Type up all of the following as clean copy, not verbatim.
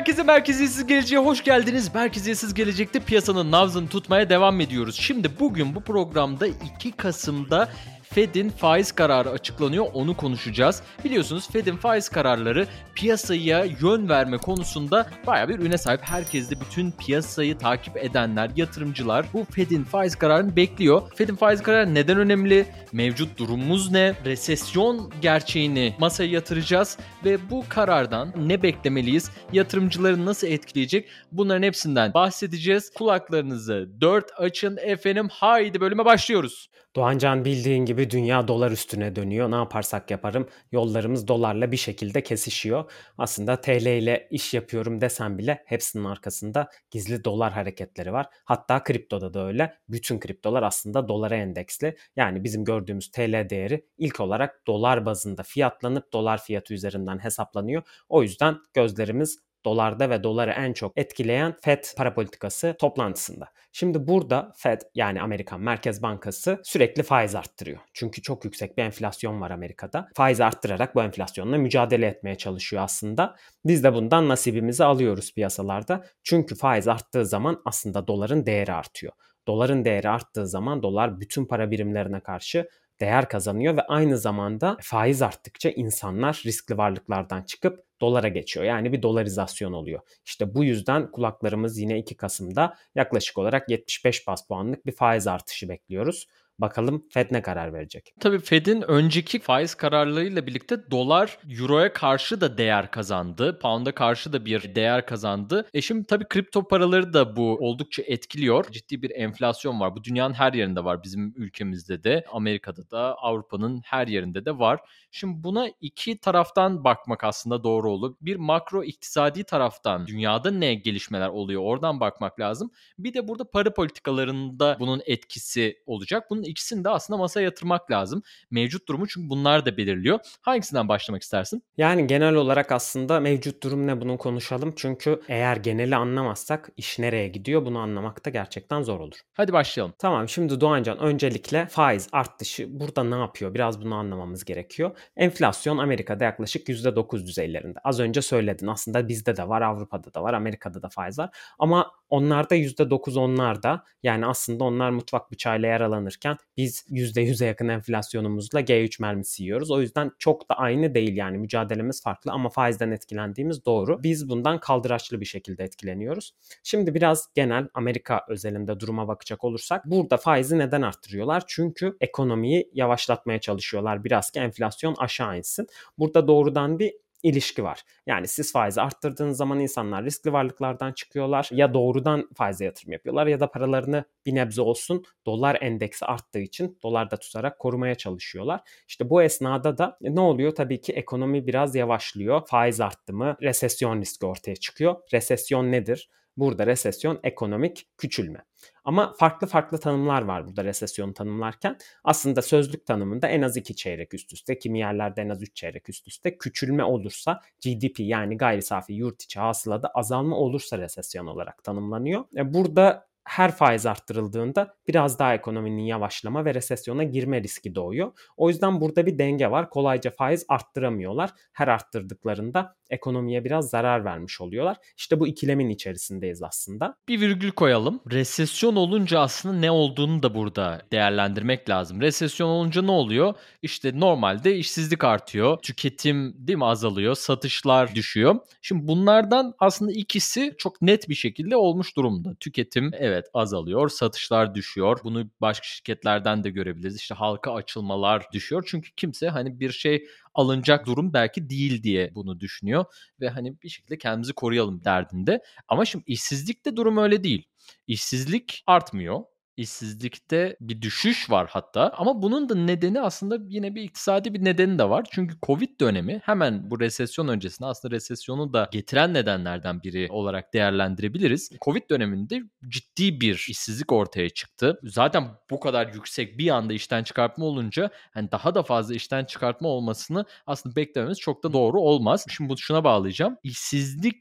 Herkese Merkeziyetsiz Geleceğe hoş geldiniz. Merkeziyetsiz Gelecek'te piyasanın nabzını tutmaya devam ediyoruz. Şimdi bugün bu programda 2 Kasım'da Fed'in faiz kararı açıklanıyor, onu konuşacağız. Biliyorsunuz Fed'in faiz kararları piyasaya yön verme konusunda bayağı bir üne sahip. Herkes de bütün piyasayı takip edenler, yatırımcılar bu Fed'in faiz kararını bekliyor. Fed'in faiz kararı neden önemli? Mevcut durumumuz ne? Resesyon gerçeğini masaya yatıracağız ve bu karardan ne beklemeliyiz? Yatırımcıları nasıl etkileyecek? Bunların hepsinden bahsedeceğiz. Kulaklarınızı dört açın efendim. Haydi bölüme başlıyoruz. Doğancan, bildiğin gibi dünya dolar üstüne dönüyor. Ne yaparsak yaparım yollarımız dolarla bir şekilde kesişiyor. Aslında TL ile iş yapıyorum desem bile hepsinin arkasında gizli dolar hareketleri var. Hatta kriptoda da öyle. Bütün kriptolar aslında dolara endeksli. Yani bizim gördüğümüz TL değeri ilk olarak dolar bazında fiyatlanıp dolar fiyatı üzerinden hesaplanıyor. O yüzden gözlerimiz dolarda ve doları en çok etkileyen Fed para politikası toplantısında. Şimdi burada Fed, yani Amerikan Merkez Bankası sürekli faiz arttırıyor. Çünkü çok yüksek bir enflasyon var Amerika'da. Faiz arttırarak bu enflasyonla mücadele etmeye çalışıyor aslında. Biz de bundan nasibimizi alıyoruz piyasalarda. Çünkü faiz arttığı zaman aslında doların değeri artıyor. Doların değeri arttığı zaman dolar bütün para birimlerine karşı değer kazanıyor ve aynı zamanda faiz arttıkça insanlar riskli varlıklardan çıkıp dolara geçiyor. Yani bir dolarizasyon oluyor. İşte bu yüzden kulaklarımız yine 2 Kasım'da yaklaşık olarak 75 bas puanlık bir faiz artışı bekliyoruz. Bakalım Fed ne karar verecek? Tabii Fed'in önceki faiz kararlarıyla birlikte dolar euroya karşı da değer kazandı. Pound'a karşı da bir değer kazandı. Şimdi tabii kripto paraları da bu oldukça etkiliyor. Ciddi bir enflasyon var. Bu dünyanın her yerinde var. Bizim ülkemizde de, Amerika'da da, Avrupa'nın her yerinde de var. Şimdi buna iki taraftan bakmak aslında doğru olur. Bir makro iktisadi taraftan dünyada ne gelişmeler oluyor oradan bakmak lazım. Bir de burada para politikalarında bunun etkisi olacak. Bunun ikisini de aslında masaya yatırmak lazım. Mevcut durumu çünkü bunlar da belirliyor. Hangisinden başlamak istersin? Yani genel olarak aslında mevcut durum ne, bunu konuşalım. Çünkü eğer geneli anlamazsak iş nereye gidiyor bunu anlamak da gerçekten zor olur. Hadi başlayalım. Tamam, şimdi Doğancan, öncelikle faiz artışı burada ne yapıyor? Biraz bunu anlamamız gerekiyor. Enflasyon Amerika'da yaklaşık %9 düzeylerinde. Az önce söyledin, aslında bizde de var, Avrupa'da da var, Amerika'da da faiz var. Ama onlarda %9 onlarda, yani aslında onlar mutfak bıçağıyla yaralanırken biz %100'e yakın enflasyonumuzla G3 mermisi yiyoruz. O yüzden çok da aynı değil, yani mücadelemiz farklı ama faizden etkilendiğimiz doğru. Biz bundan kaldıraçlı bir şekilde etkileniyoruz. Şimdi biraz genel Amerika özelinde duruma bakacak olursak burada faizi neden arttırıyorlar? Çünkü ekonomiyi yavaşlatmaya çalışıyorlar biraz ki enflasyon aşağı insin. Burada doğrudan bir ilişki var. Yani siz faizi arttırdığınız zaman insanlar riskli varlıklardan çıkıyorlar. Ya doğrudan faize yatırım yapıyorlar ya da paralarını bir nebze olsun dolar endeksi arttığı için dolarda tutarak korumaya çalışıyorlar. İşte bu esnada da ne oluyor? Tabii ki ekonomi biraz yavaşlıyor. Faiz arttı mı resesyon riski ortaya çıkıyor. Resesyon nedir? Burada resesyon ekonomik küçülme. Ama farklı farklı tanımlar var burada resesyonu tanımlarken. Aslında sözlük tanımında en az 2 çeyrek üst üste, kimi yerlerde en az 3 çeyrek üst üste küçülme olursa, GDP yani gayri safi yurt içi hasılada azalma olursa resesyon olarak tanımlanıyor. Burada her faiz arttırıldığında biraz daha ekonominin yavaşlama ve resesyona girme riski doğuyor. O yüzden burada bir denge var. Kolayca faiz arttıramıyorlar. Her arttırdıklarında ekonomiye biraz zarar vermiş oluyorlar. İşte bu ikilemin içerisindeyiz aslında. Bir virgül koyalım. Resesyon olunca aslında ne olduğunu da burada değerlendirmek lazım. Resesyon olunca ne oluyor? İşte normalde işsizlik artıyor, tüketim değil mi azalıyor, satışlar düşüyor. Şimdi bunlardan aslında ikisi çok net bir şekilde olmuş durumda. Tüketim evet azalıyor, satışlar düşüyor. Bunu başka şirketlerden de görebiliriz. İşte halka açılmalar düşüyor. Çünkü kimse hani bir şey alınacak durum belki değil diye bunu düşünüyor ve hani bir şekilde kendimizi koruyalım derdinde. Ama şimdi işsizlikte durum öyle değil. İşsizlik artmıyor. İşsizlikte bir düşüş var hatta ama bunun da nedeni aslında yine bir iktisadi bir nedeni de var. Çünkü Covid dönemi hemen bu resesyon öncesinde aslında resesyonu da getiren nedenlerden biri olarak değerlendirebiliriz. Covid döneminde ciddi bir işsizlik ortaya çıktı. Zaten bu kadar yüksek bir anda işten çıkartma olunca hani daha da fazla işten çıkartma olmasını aslında beklememiz çok da doğru olmaz. Şimdi bunu şuna bağlayacağım. İşsizlik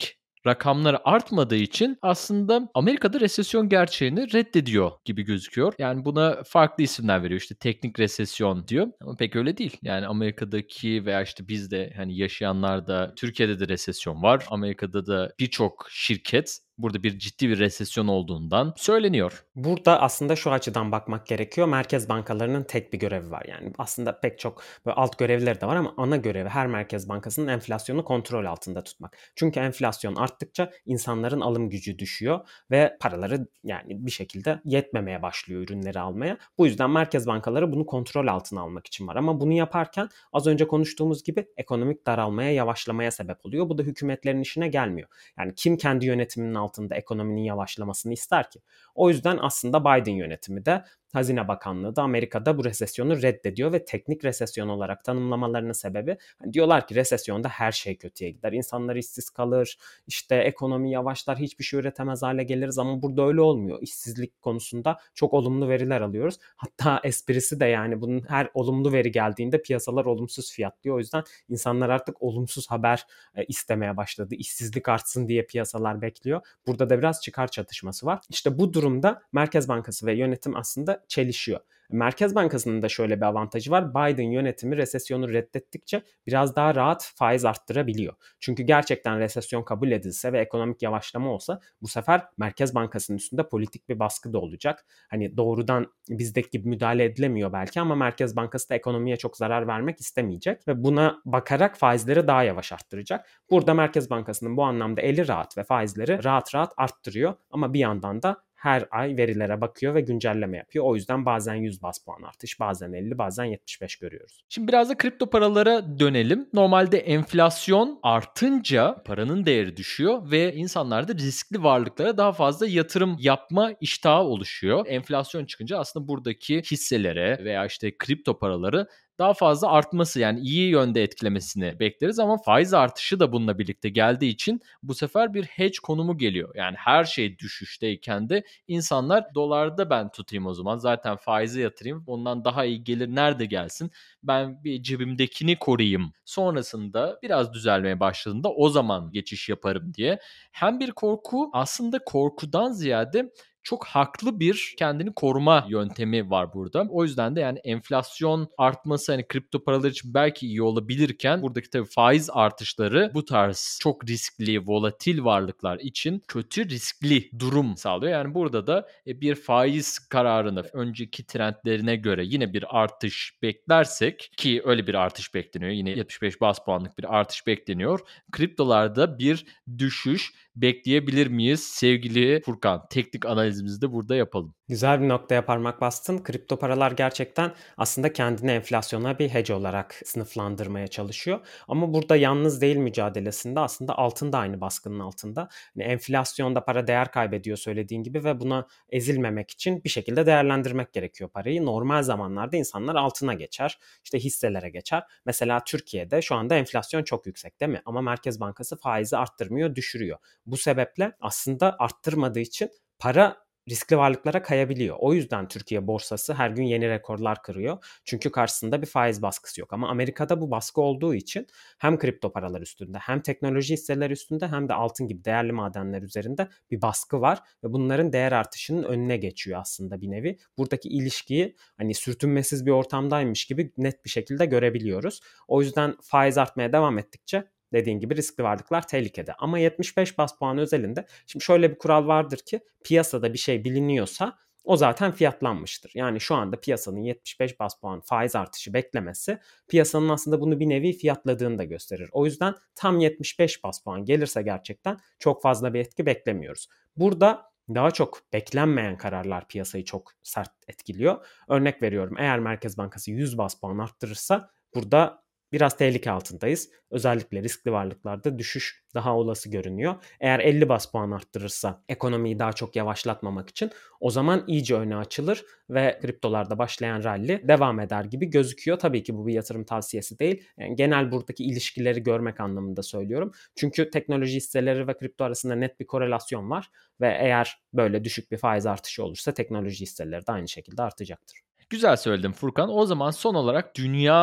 rakamlar artmadığı için aslında Amerika'da resesyon gerçeğini reddediyor gibi gözüküyor. Yani buna farklı isimler veriyor. İşte teknik resesyon diyor ama pek öyle değil. Yani Amerika'daki veya işte bizde hani yaşayanlar da Türkiye'de de resesyon var. Amerika'da da birçok şirket burada ciddi bir resesyon olduğundan söyleniyor. Burada aslında şu açıdan bakmak gerekiyor. Merkez bankalarının tek bir görevi var. Yani aslında pek çok böyle alt görevleri de var ama ana görevi her merkez bankasının enflasyonu kontrol altında tutmak. Çünkü enflasyon arttıkça insanların alım gücü düşüyor ve paraları yani bir şekilde yetmemeye başlıyor ürünleri almaya. Bu yüzden merkez bankaları bunu kontrol altına almak için var. Ama bunu yaparken az önce konuştuğumuz gibi ekonomik daralmaya, yavaşlamaya sebep oluyor. Bu da hükümetlerin işine gelmiyor. Yani kim kendi yönetiminin altında ekonominin yavaşlamasını ister ki? O yüzden aslında Biden yönetimi de Hazine Bakanlığı da Amerika'da bu resesyonu reddediyor ve teknik resesyon olarak tanımlamalarının sebebi diyorlar ki resesyonda her şey kötüye gider. İnsanlar işsiz kalır, işte ekonomi yavaşlar, hiçbir şey üretemez hale geliriz ama burada öyle olmuyor. İşsizlik konusunda çok olumlu veriler alıyoruz. Hatta esprisi de yani bunun her olumlu veri geldiğinde piyasalar olumsuz fiyatlıyor. O yüzden insanlar artık olumsuz haber istemeye başladı. İşsizlik artsın diye piyasalar bekliyor. Burada da biraz çıkar çatışması var. İşte bu durumda Merkez Bankası ve yönetim aslında çelişiyor. Merkez Bankası'nın da şöyle bir avantajı var. Biden yönetimi resesyonu reddettikçe biraz daha rahat faiz arttırabiliyor. Çünkü gerçekten resesyon kabul edilse ve ekonomik yavaşlama olsa bu sefer Merkez Bankası'nın üstünde politik bir baskı da olacak. Hani doğrudan bizdeki gibi müdahale edilemiyor belki ama Merkez Bankası da ekonomiye çok zarar vermek istemeyecek ve buna bakarak faizleri daha yavaş arttıracak. Burada Merkez Bankası'nın bu anlamda eli rahat ve faizleri rahat rahat arttırıyor ama bir yandan da her ay verilere bakıyor ve güncelleme yapıyor. O yüzden bazen 100 bas puan artış, bazen 50, bazen 75 görüyoruz. Şimdi biraz da kripto paralara dönelim. Normalde enflasyon artınca paranın değeri düşüyor ve insanlarda riskli varlıklara daha fazla yatırım yapma iştahı oluşuyor. Enflasyon çıkınca aslında buradaki hisselere veya işte kripto paraları daha fazla artması, yani iyi yönde etkilemesini bekleriz ama faiz artışı da bununla birlikte geldiği için bu sefer bir hedge konumu geliyor. Yani her şey düşüşteyken de insanlar dolarda ben tutayım o zaman, zaten faize yatırayım, ondan daha iyi gelir nerede gelsin, ben bir cebimdekini koruyayım, sonrasında biraz düzelmeye başladığında o zaman geçiş yaparım diye. Hem bir korku, aslında korkudan ziyade çok haklı bir kendini koruma yöntemi var burada. O yüzden de yani enflasyon artması hani kripto paralar için belki iyi olabilirken buradaki tabii faiz artışları bu tarz çok riskli, volatil varlıklar için kötü, riskli durum sağlıyor. Yani burada da bir faiz kararını önceki trendlerine göre yine bir artış beklersek, ki öyle bir artış bekleniyor. Yine 75 bas puanlık bir artış bekleniyor. Kriptolarda bir düşüş bekleyebilir miyiz sevgili Furkan? Teknik analizimizi de burada yapalım. Güzel bir noktaya parmak bastın. Kripto paralar gerçekten aslında kendini enflasyona bir hedge olarak sınıflandırmaya çalışıyor. Ama burada yalnız değil mücadelesinde, aslında altın da aynı baskının altında. Yani enflasyonda para değer kaybediyor söylediğin gibi ve buna ezilmemek için bir şekilde değerlendirmek gerekiyor parayı. Normal zamanlarda insanlar altına geçer, işte hisselere geçer. Mesela Türkiye'de şu anda enflasyon çok yüksek değil mi? Ama Merkez Bankası faizi arttırmıyor, düşürüyor. Bu sebeple aslında arttırmadığı için para riskli varlıklara kayabiliyor. O yüzden Türkiye borsası her gün yeni rekorlar kırıyor. Çünkü karşısında bir faiz baskısı yok. Ama Amerika'da bu baskı olduğu için hem kripto paralar üstünde, hem teknoloji hisseleri üstünde, hem de altın gibi değerli madenler üzerinde bir baskı var ve bunların değer artışının önüne geçiyor aslında bir nevi. Buradaki ilişkiyi hani sürtünmesiz bir ortamdaymış gibi net bir şekilde görebiliyoruz. O yüzden faiz artmaya devam ettikçe dediğin gibi riskli varlıklar tehlikede. Ama 75 bas puan özelinde şimdi şöyle bir kural vardır ki piyasada bir şey biliniyorsa o zaten fiyatlanmıştır. Yani şu anda piyasanın 75 bas puan faiz artışı beklemesi piyasanın aslında bunu bir nevi fiyatladığını da gösterir. O yüzden tam 75 bas puan gelirse gerçekten çok fazla bir etki beklemiyoruz. Burada daha çok beklenmeyen kararlar piyasayı çok sert etkiliyor. Örnek veriyorum, eğer Merkez Bankası 100 bas puan arttırırsa burada biraz tehlike altındayız. Özellikle riskli varlıklarda düşüş daha olası görünüyor. Eğer 50 bas puan arttırırsa ekonomiyi daha çok yavaşlatmamak için o zaman iyice öne açılır ve kriptolarda başlayan rally devam eder gibi gözüküyor. Tabii ki bu bir yatırım tavsiyesi değil. Yani genel buradaki ilişkileri görmek anlamında söylüyorum. Çünkü teknoloji hisseleri ve kripto arasında net bir korelasyon var ve eğer böyle düşük bir faiz artışı olursa teknoloji hisseleri de aynı şekilde artacaktır. Güzel söyledin Furkan. O zaman son olarak dünya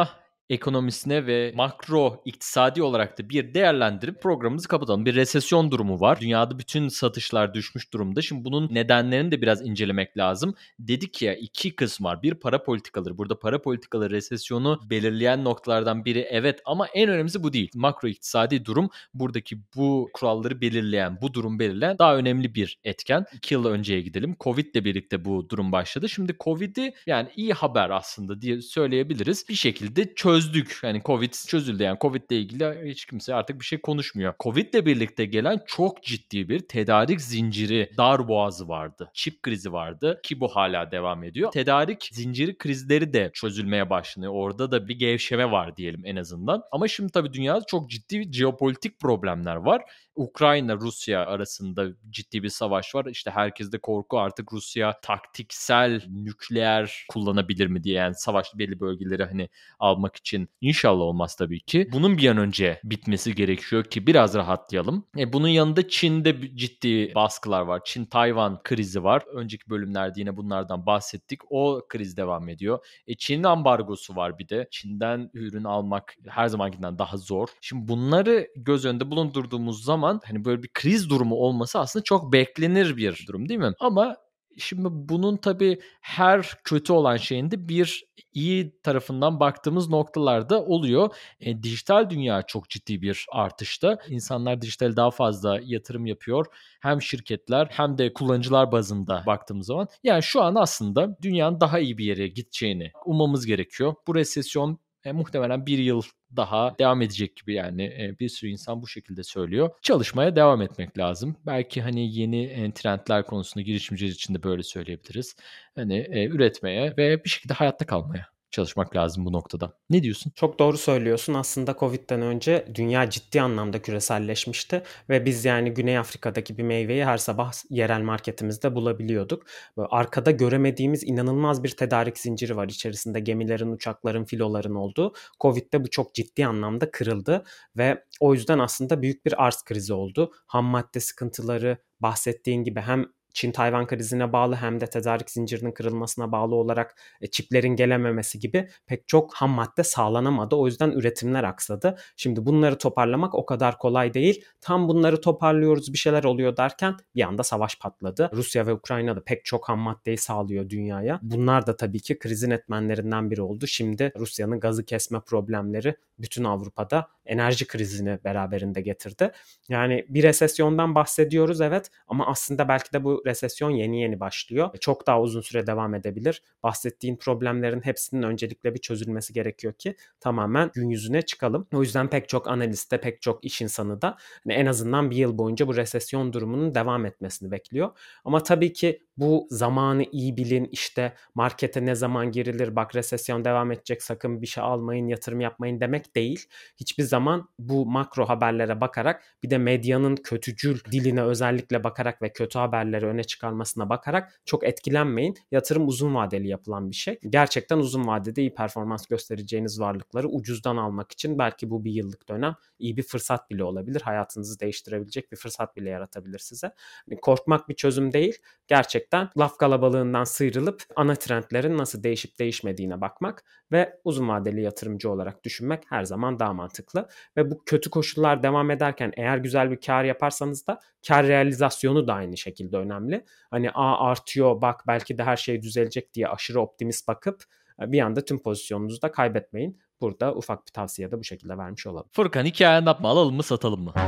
ekonomisine ve makro iktisadi olarak da bir değerlendirip programımızı kapatalım. Bir resesyon durumu var. Dünyada bütün satışlar düşmüş durumda. Şimdi bunun nedenlerini de biraz incelemek lazım. Dedik ya, iki kısım var. Bir para politikaları. Burada para politikaları resesyonu belirleyen noktalardan biri, evet, ama en önemlisi bu değil. Makro iktisadi durum buradaki bu kuralları belirleyen, bu durum belirleyen daha önemli bir etken. 2 yıl önceye gidelim. Covid ile birlikte bu durum başladı. Şimdi Covid'i yani iyi haber aslında diye söyleyebiliriz. Bir şekilde çözdük. Yani Covid çözüldü. Yani Covid ile ilgili hiç kimse artık bir şey konuşmuyor. Covid ile birlikte gelen çok ciddi bir tedarik zinciri darboğazı vardı. Çip krizi vardı ki bu hala devam ediyor. Tedarik zinciri krizleri de çözülmeye başlanıyor. Orada da bir gevşeme var diyelim en azından. Ama şimdi tabii dünyada çok ciddi jeopolitik problemler var. Ukrayna Rusya arasında ciddi bir savaş var. İşte herkeste korku, artık Rusya taktiksel nükleer kullanabilir mi diye, yani savaşlı belli bölgeleri hani almak için. İnşallah olmaz tabii ki. Bunun bir an önce bitmesi gerekiyor ki biraz rahatlayalım. Bunun yanında Çin'de ciddi baskılar var. Çin-Tayvan krizi var. Önceki bölümlerde yine bunlardan bahsettik. O kriz devam ediyor. Çin'in ambargosu var bir de. Çin'den ürün almak her zamankinden daha zor. Şimdi bunları göz önünde bulundurduğumuz zaman hani böyle bir kriz durumu olması aslında çok beklenir bir durum, değil mi? Ama şimdi bunun tabii her kötü olan şeyin de bir iyi tarafından baktığımız noktalarda oluyor. Dijital dünya çok ciddi bir artışta. İnsanlar dijitale daha fazla yatırım yapıyor. Hem şirketler hem de kullanıcılar bazında baktığımız zaman. Yani şu an aslında dünyanın daha iyi bir yere gideceğini ummamız gerekiyor. Bu resesyon muhtemelen bir yıl daha devam edecek gibi, yani bir sürü insan bu şekilde söylüyor. Çalışmaya devam etmek lazım. Belki hani yeni trendler konusunda girişimciler için de böyle söyleyebiliriz. Hani üretmeye ve bir şekilde hayatta kalmaya çalışmak lazım bu noktada. Ne diyorsun? Çok doğru söylüyorsun. Aslında Covid'den önce dünya ciddi anlamda küreselleşmişti ve biz yani Güney Afrika'daki bir meyveyi her sabah yerel marketimizde bulabiliyorduk. Böyle arkada göremediğimiz inanılmaz bir tedarik zinciri var. İçerisinde gemilerin, uçakların, filoların olduğu. Covid'de bu çok ciddi anlamda kırıldı ve o yüzden aslında büyük bir arz krizi oldu. Ham madde sıkıntıları, bahsettiğin gibi hem Çin-Tayvan krizine bağlı hem de tedarik zincirinin kırılmasına bağlı olarak çiplerin gelememesi gibi pek çok ham madde sağlanamadı. O yüzden üretimler aksadı. Şimdi bunları toparlamak o kadar kolay değil. Tam bunları toparlıyoruz, bir şeyler oluyor derken bir anda savaş patladı. Rusya ve Ukrayna da pek çok ham maddeyi sağlıyor dünyaya. Bunlar da tabii ki krizin etmenlerinden biri oldu. Şimdi Rusya'nın gazı kesme problemleri bütün Avrupa'da enerji krizini beraberinde getirdi. Yani bir resesyondan bahsediyoruz, evet, ama aslında belki de bu resesyon yeni yeni başlıyor. Çok daha uzun süre devam edebilir. Bahsettiğin problemlerin hepsinin öncelikle bir çözülmesi gerekiyor ki tamamen gün yüzüne çıkalım. O yüzden pek çok analist de pek çok iş insanı da hani en azından bir yıl boyunca bu resesyon durumunun devam etmesini bekliyor. Ama tabii ki bu zamanı iyi bilin, işte markete ne zaman girilir, bak resesyon devam edecek, sakın bir şey almayın, yatırım yapmayın demek değil. Hiçbir zaman bu makro haberlere bakarak, bir de medyanın kötücül diline özellikle bakarak ve kötü haberleri öne çıkarmasına bakarak çok etkilenmeyin. Yatırım uzun vadeli yapılan bir şey. Gerçekten uzun vadede iyi performans göstereceğiniz varlıkları ucuzdan almak için belki bu bir yıllık dönem iyi bir fırsat bile olabilir. Hayatınızı değiştirebilecek bir fırsat bile yaratabilir size. Yani korkmak bir çözüm değil. Gerçekten laf kalabalığından sıyrılıp ana trendlerin nasıl değişip değişmediğine bakmak ve uzun vadeli yatırımcı olarak düşünmek her zaman daha mantıklı. Ve bu kötü koşullar devam ederken eğer güzel bir kar yaparsanız da kar realizasyonu da aynı şekilde önemli. Hani artıyor, bak belki de her şey düzelecek diye aşırı optimist bakıp bir anda tüm pozisyonunuzu da kaybetmeyin. Burada ufak bir tavsiye de bu şekilde vermiş olalım. Furkan, hikaye yapma, alalım mı satalım mı?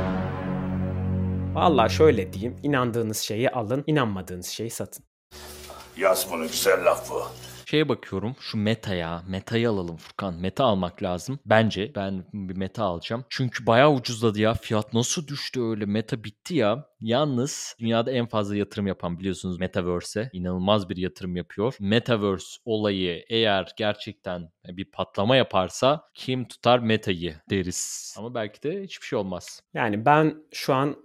Vallahi şöyle diyeyim, inandığınız şeyi alın, inanmadığınız şeyi satın. Yaz bunu, güzel laf bu. Şeye bakıyorum, şu Meta'ya. Meta'yı alalım Furkan. Meta almak lazım. Bence ben bir Meta alacağım. Çünkü bayağı ucuzladı ya. Fiyat nasıl düştü öyle? Meta bitti ya. Yalnız dünyada en fazla yatırım yapan biliyorsunuz Metaverse'e. İnanılmaz bir yatırım yapıyor. Metaverse olayı eğer gerçekten bir patlama yaparsa kim tutar Meta'yı deriz. Ama belki de hiçbir şey olmaz. Yani ben şu an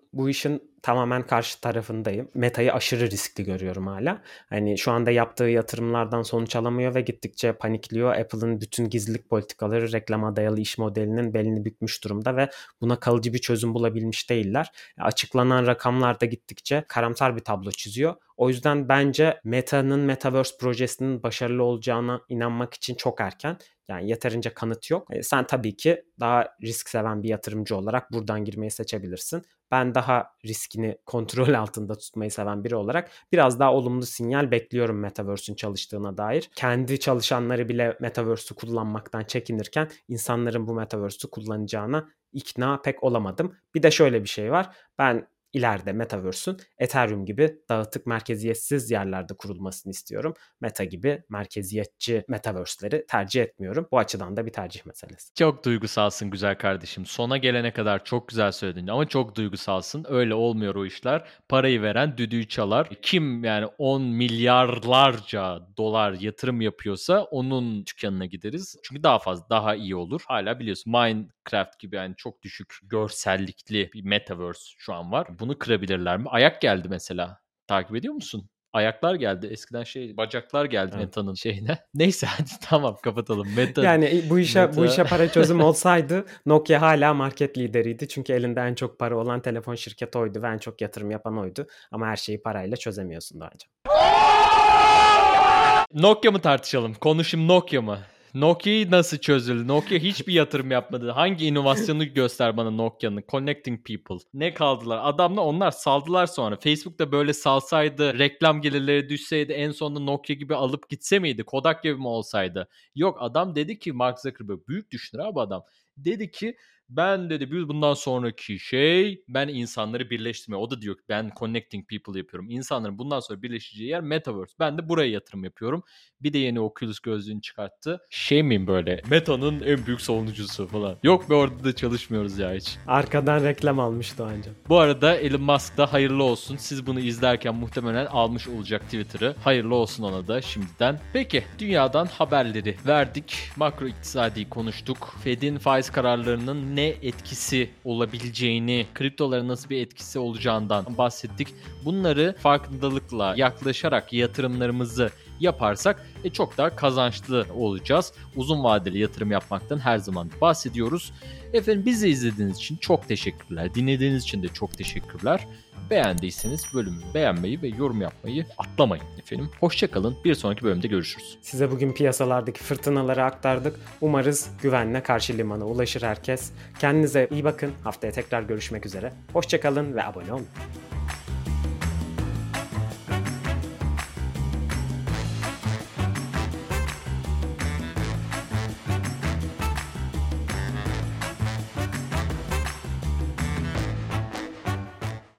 bu işin tamamen karşı tarafındayım. Meta'yı aşırı riskli görüyorum hala. Hani şu anda yaptığı yatırımlardan sonuç alamıyor ve gittikçe panikliyor. Apple'ın bütün gizlilik politikaları reklama dayalı iş modelinin belini bükmüş durumda ve buna kalıcı bir çözüm bulabilmiş değiller. Açıklanan rakamlar da gittikçe karamsar bir tablo çiziyor. O yüzden bence Meta'nın Metaverse projesinin başarılı olacağına inanmak için çok erken. Yani yeterince kanıt yok. Sen tabii ki daha risk seven bir yatırımcı olarak buradan girmeyi seçebilirsin. Ben daha riskini kontrol altında tutmayı seven biri olarak biraz daha olumlu sinyal bekliyorum Metaverse'ün çalıştığına dair. Kendi çalışanları bile Metaverse'ü kullanmaktan çekinirken insanların bu Metaverse'ü kullanacağına ikna pek olamadım. Bir de şöyle bir şey var. Ben ileride Metaverse'ün Ethereum gibi dağıtık merkeziyetsiz yerlerde kurulmasını istiyorum. Meta gibi merkeziyetçi Metaverse'leri tercih etmiyorum. Bu açıdan da bir tercih meselesi. Çok duygusalsın güzel kardeşim. Sona gelene kadar çok güzel söyledin ama çok duygusalsın. Öyle olmuyor o işler. Parayı veren düdüğü çalar. Kim yani 10 milyarlarca dolar yatırım yapıyorsa onun dükkanına gideriz. Çünkü daha fazla, daha iyi olur. Hala biliyorsun Minecraft gibi yani çok düşük görsellikli bir Metaverse şu an var. Bunu kırabilirler mi? Ayak geldi mesela. Takip ediyor musun? Ayaklar geldi. Eskiden bacaklar geldi Evet. Meta'nın şeyine. Neyse hadi tamam kapatalım. Meta Yani bu işe Meta- para çözüm olsaydı Nokia hala market lideriydi. Çünkü elinde en çok para olan telefon şirketi oydu ve en çok yatırım yapan oydu. Ama her şeyi parayla çözemiyorsun daha önce. Nokia mı tartışalım? Konuşayım Nokia mı? Nokia'yı nasıl çözüldü? Nokia hiçbir yatırım yapmadı. Hangi inovasyonu göster bana Nokia'nın? Connecting people. Ne kaldılar? Adamla onlar saldılar sonra. Facebook'ta böyle salsaydı, reklam gelirleri düşseydi en sonunda Nokia gibi alıp gitse miydi? Kodak gibi mi olsaydı? Yok adam dedi ki Mark Zuckerberg büyük düşünür abi adam. Dedi ki ben dedi bundan sonraki ben insanları birleştirmeye. O da diyor ki ben connecting people yapıyorum. İnsanların bundan sonra birleşeceği yer Metaverse. Ben de buraya yatırım yapıyorum. Bir de yeni Oculus gözlüğünü çıkarttı. Miyim böyle? Meta'nın en büyük savunucusu falan. Yok be orada da çalışmıyoruz ya hiç. Arkadan reklam almıştı anca. Bu arada Elon Musk da hayırlı olsun. Siz bunu izlerken muhtemelen almış olacak Twitter'ı. Hayırlı olsun ona da şimdiden. Peki dünyadan haberleri verdik. Makro iktisadi konuştuk. Fed'in faiz kararlarının ne etkisi olabileceğini, kriptolara nasıl bir etkisi olacağından bahsettik. Bunları farkındalıkla yaklaşarak yatırımlarımızı yaparsak çok daha kazançlı olacağız. Uzun vadeli yatırım yapmaktan her zaman bahsediyoruz. Efendim bizi izlediğiniz için çok teşekkürler. Dinlediğiniz için de çok teşekkürler. Beğendiyseniz bölümü beğenmeyi ve yorum yapmayı atlamayın efendim. Hoşçakalın. Bir sonraki bölümde görüşürüz. Size bugün piyasalardaki fırtınaları aktardık. Umarız güvenle karşı limana ulaşır herkes. Kendinize iyi bakın. Haftaya tekrar görüşmek üzere. Hoşçakalın ve abone olun.